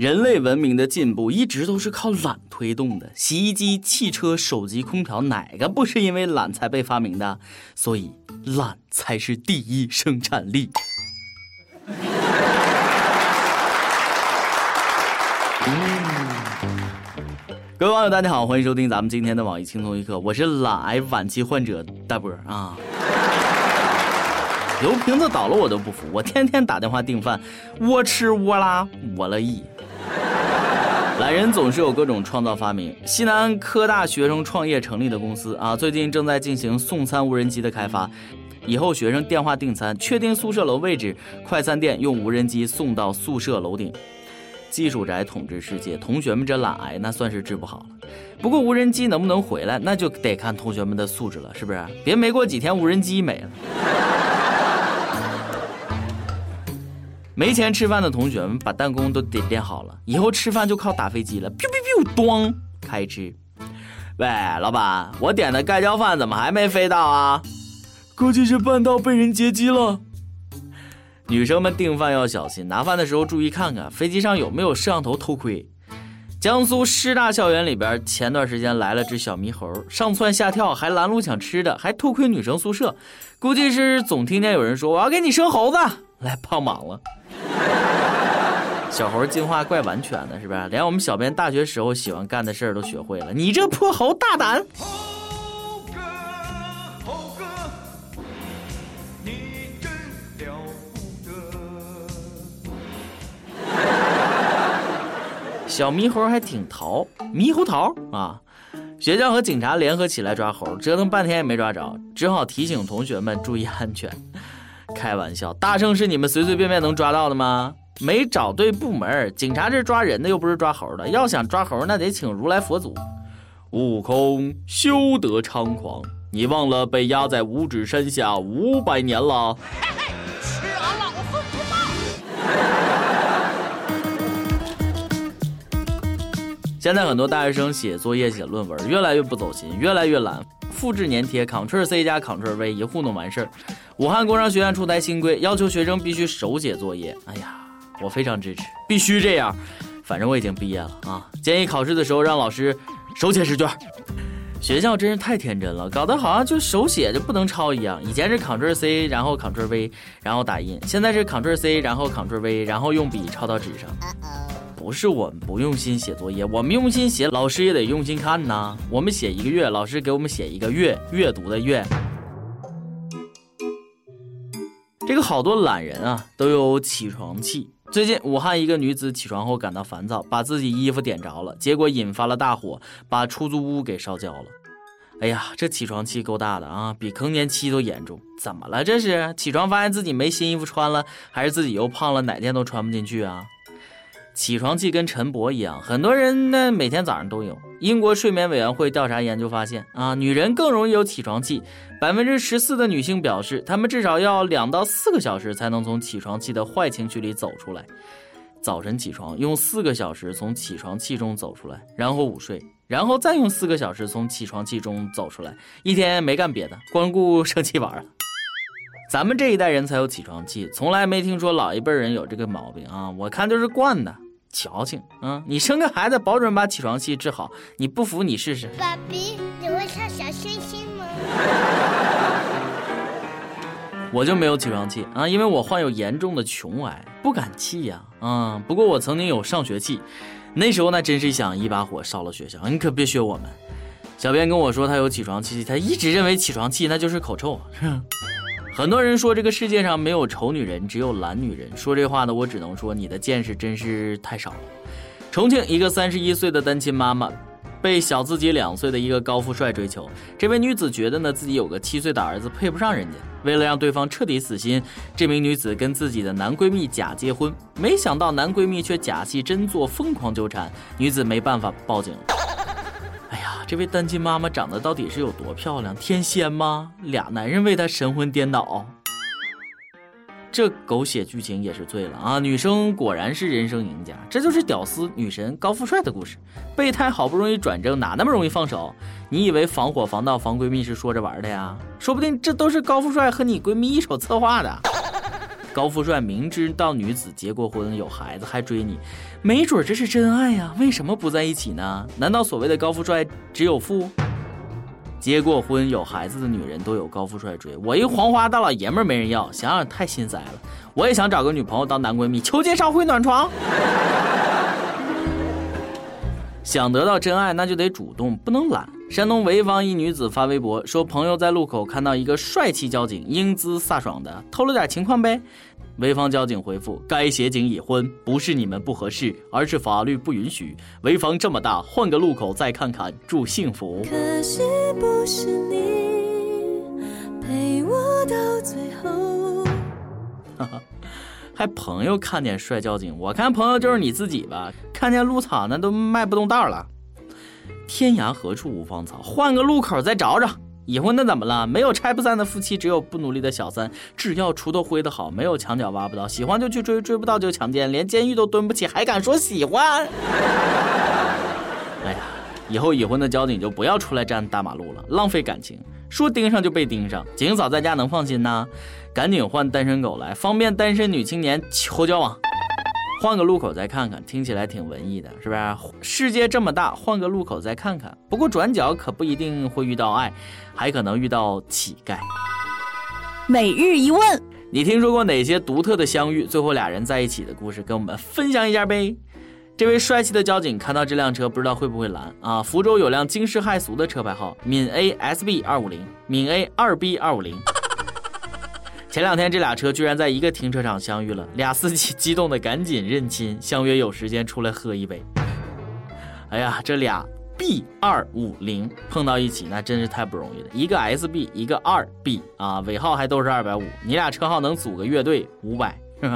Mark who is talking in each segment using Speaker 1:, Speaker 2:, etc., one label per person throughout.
Speaker 1: 人类文明的进步一直都是靠懒推动的，洗衣机、汽车、手机、空调，哪个不是因为懒才被发明的？所以懒才是第一生产力。各位网友大家好，欢迎收听咱们今天的网易轻松一刻，我是懒癌晚期患者大波啊。油瓶子倒了我都不服，我天天打电话订饭，我吃我啦，我乐意。懒人总是有各种创造发明。西南科大学生创业成立的公司最近正在进行送餐无人机的开发，以后学生电话订餐，确定宿舍楼位置，快餐店用无人机送到宿舍楼顶。技术宅统治世界，同学们这懒癌那算是治不好了。不过无人机能不能回来，那就得看同学们的素质了，是不是？别没过几天无人机没了。没钱吃饭的同学们把弹弓都点好了，以后吃饭就靠打飞机了， biu biu biu 咣开吃。喂，老板，我点的盖浇饭怎么还没飞到啊？估计是半道被人劫机了。女生们订饭要小心，拿饭的时候注意看看飞机上有没有摄像头偷窥。江苏师大校园里边前段时间来了只小猕猴，上蹿下跳，还拦路抢吃的，还偷窥女生宿舍，估计是总听见有人说我要给你生猴子，来帮忙了。小猴进化怪完全的，是不是？连我们小编大学时候喜欢干的事儿都学会了。你这破猴大胆！猴哥，你真了不得。小猕猴还挺淘，猕猴桃啊！学校和警察联合起来抓猴，折腾半天也没抓着，只好提醒同学们注意安全。开玩笑，大圣是你们随随便便能抓到的吗？没找对部门，警察是抓人的，又不是抓猴的。要想抓猴，那得请如来佛祖。悟空休得猖狂，你忘了被压在五指山下500年了。
Speaker 2: 吃俺老孙不
Speaker 1: 放！现在很多大学生写作业写论文越来越不走心，越来越懒，复制粘贴 Ctrl+C 加 Ctrl+V 一糊弄完事儿。武汉工商学院出台新规，要求学生必须手写作业。哎呀，我非常支持，必须这样。反正我已经毕业了啊，建议考试的时候让老师手写试卷。学校真是太天真了，搞得好像就手写就不能抄一样。以前是 Ctrl+C 然后 Ctrl+V 然后打印，现在是 Ctrl+C 然后 Ctrl+V 然后用笔抄到纸上。不是我们不用心写作业，我们用心写，老师也得用心看呐。我们写1个月，老师给我们写1个月，阅读的阅。这个好多懒人都有起床气。最近武汉一个女子起床后感到烦躁，把自己衣服点着了，结果引发了大火，把出租屋给烧焦了。哎呀，这起床气够大的啊，比更年期都严重。怎么了这是？起床发现自己没新衣服穿了，还是自己又胖了，哪天都穿不进去啊？起床气跟晨勃一样，很多人呢每天早上都有。英国睡眠委员会调查研究发现女人更容易有起床气，14%的女性表示她们至少要2到4个小时才能从起床气的坏情绪里走出来。早晨起床用4个小时从起床气中走出来，然后午睡，然后再用4个小时从起床气中走出来，一天没干别的，光顾生气玩了。咱们这一代人才有起床气，从来没听说老一辈人有这个毛病啊！我看就是惯的。矫情你生个孩子保准把起床气治好，你不服你试试。
Speaker 2: 爸比，你会唱小星星吗？
Speaker 1: 我就没有起床气因为我患有严重的穷癌，不敢气呀不过我曾经有上学气，那时候那真是想一把火烧了学校。你可别学我们。小编跟我说他有起床气，他一直认为起床气那就是口臭。很多人说这个世界上没有丑女人，只有懒女人。说这话呢，我只能说你的见识真是太少了。重庆一个31岁的单亲妈妈被小自己2岁的一个高富帅追求，这位女子觉得呢自己有个7岁的儿子配不上人家，为了让对方彻底死心，这名女子跟自己的男闺蜜假结婚，没想到男闺蜜却假戏真做，疯狂纠缠，女子没办法报警了。这位单亲妈妈长得到底是有多漂亮？天仙吗？2男人为她神魂颠倒。这狗血剧情也是醉了女生果然是人生赢家，这就是屌丝女神高富帅的故事。备胎好不容易转正，哪那么容易放手？你以为防火防盗防闺蜜是说着玩的呀？说不定这都是高富帅和你闺蜜一手策划的。 高富帅明知道女子结过婚有孩子还追你，没准这是真爱呀，为什么不在一起呢？难道所谓的高富帅只有富？结过婚有孩子的女人都有高富帅追，我一黄花大老爷们儿没人要，想想太心塞了。我也想找个女朋友当男闺蜜，求介绍会暖床。想得到真爱那就得主动，不能懒。山东潍坊一女子发微博说，朋友在路口看到一个帅气交警英姿飒爽的，透露点情况呗。潍坊交警回复，该协警已婚，不是你们不合适，而是法律不允许。潍坊这么大，换个路口再看看，祝幸福。
Speaker 3: 可惜不是你陪我到最后。
Speaker 1: 还朋友看见帅交警，我看朋友就是你自己吧，看见路草那都迈不动道了。天涯何处无芳草，换个路口再找找。已婚的怎么了？没有拆不散的夫妻，只有不努力的小三。只要锄头挥得好，没有墙角挖不到。喜欢就去追，追不到就强奸，连监狱都蹲不起，还敢说喜欢？哎呀，以后已婚的交警就不要出来站大马路了，浪费感情。说盯上就被盯上，警嫂在家能放心呐？赶紧换单身狗来，方便单身女青年求交往。换个路口再看看，听起来挺文艺的，是不是？世界这么大，换个路口再看看。不过转角可不一定会遇到爱，还可能遇到乞丐。
Speaker 3: 每日一问，
Speaker 1: 你听说过哪些独特的相遇，最后俩人在一起的故事，跟我们分享一下呗。这位帅气的交警看到这辆车，不知道会不会拦啊？福州有辆惊世骇俗的车牌号闽 A SB 250，闽 A 2B 250。前两天这俩车居然在一个停车场相遇了，俩司机激动的赶紧认亲，相约有时间出来喝一杯。哎呀，这俩 B250 碰到一起那真是太不容易了，一个 SB 一个 2B 啊，尾号还都是250，你俩车号能组个乐队500。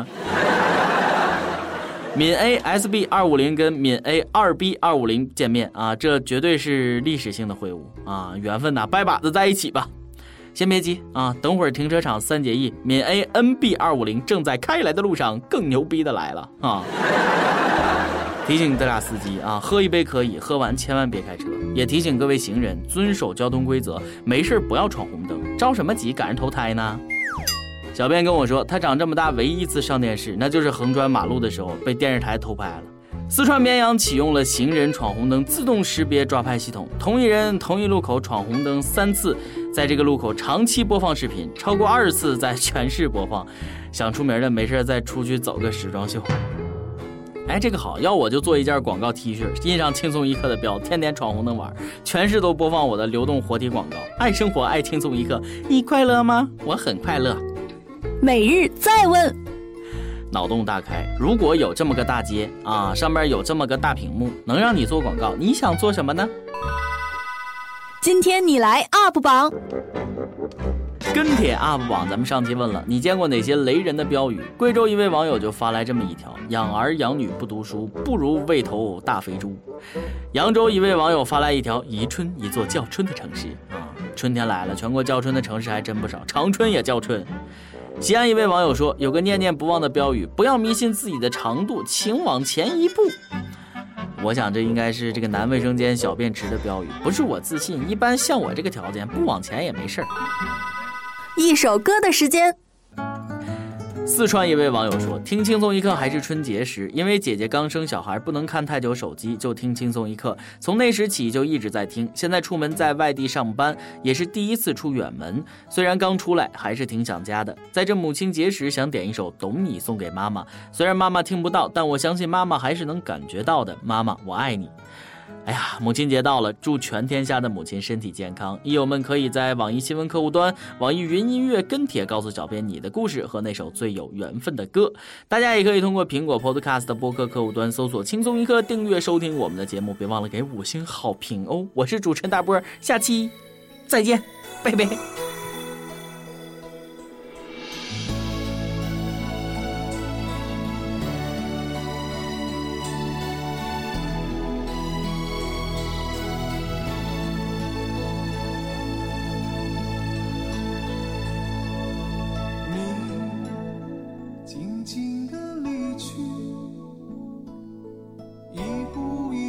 Speaker 1: 闽 A SB 250跟闽 A 2B 250见面啊，这绝对是历史性的会晤啊，缘分呐，拜把子在一起吧。先别急啊，等会儿停车场3结1，闽 A NB 250正在开来的路上，更牛逼的来了啊！提醒这俩司机啊，喝一杯可以，喝完千万别开车。也提醒各位行人遵守交通规则，没事不要闯红灯，着什么急赶人投胎呢？小编跟我说，他长这么大唯一一次上电视，那就是横穿马路的时候被电视台偷拍了。四川绵阳启用了行人闯红灯自动识别抓拍系统，同一人同一路口闯红灯3次，在这个路口长期播放视频，超过20次在全市播放。想出名的没事再出去走个时装秀。哎，这个好，要我就做一件广告 T 恤，印上轻松一刻的标，天天闯红灯玩，全市都播放我的流动活体广告。爱生活，爱轻松一刻，你快乐吗？我很快乐。
Speaker 3: 每日再问，
Speaker 1: 脑洞大开，如果有这么个大街啊，上面有这么个大屏幕，能让你做广告，你想做什么呢？
Speaker 3: 今天你来 UP 榜。
Speaker 1: 跟帖 UP 榜，咱们上期问了，你见过哪些雷人的标语？贵州一位网友就发来这么一条：养儿养女不读书，不如喂头大肥猪。扬州一位网友发来一条：宜春，一座叫春的城市啊，春天来了，全国叫春的城市还真不少，长春也叫春。西安一位网友说，有个念念不忘的标语：不要迷信自己的长度，请往前一步。我想这应该是这个男卫生间小便池的标语，不是我自信，一般像我这个条件不往前也没事儿。
Speaker 3: 一首歌的时间。
Speaker 1: 四川一位网友说，听轻松一刻还是春节时，因为姐姐刚生小孩，不能看太久手机，就听轻松一刻，从那时起就一直在听。现在出门在外地上班，也是第一次出远门，虽然刚出来，还是挺想家的。在这母亲节时，想点一首《懂你》送给妈妈，虽然妈妈听不到，但我相信妈妈还是能感觉到的。妈妈，我爱你。哎呀，母亲节到了，祝全天下的母亲身体健康。益友们可以在网易新闻客户端、网易云音乐跟帖告诉小编你的故事和那首最有缘分的歌。大家也可以通过苹果 Podcast 的播客客户端搜索轻松一刻，订阅收听我们的节目，别忘了给5星好评哦。我是主持人大波，下期再见，拜拜。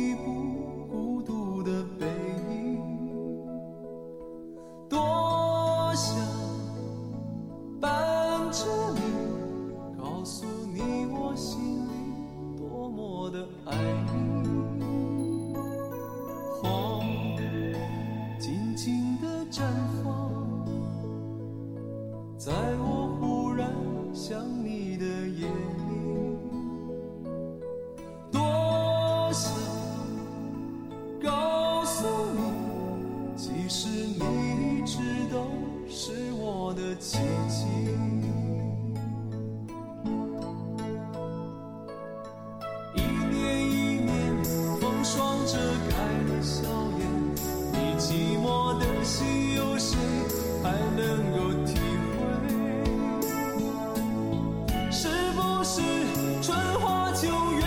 Speaker 4: 多笑颜，你寂寞的心有谁还能够体会？是不是春花秋月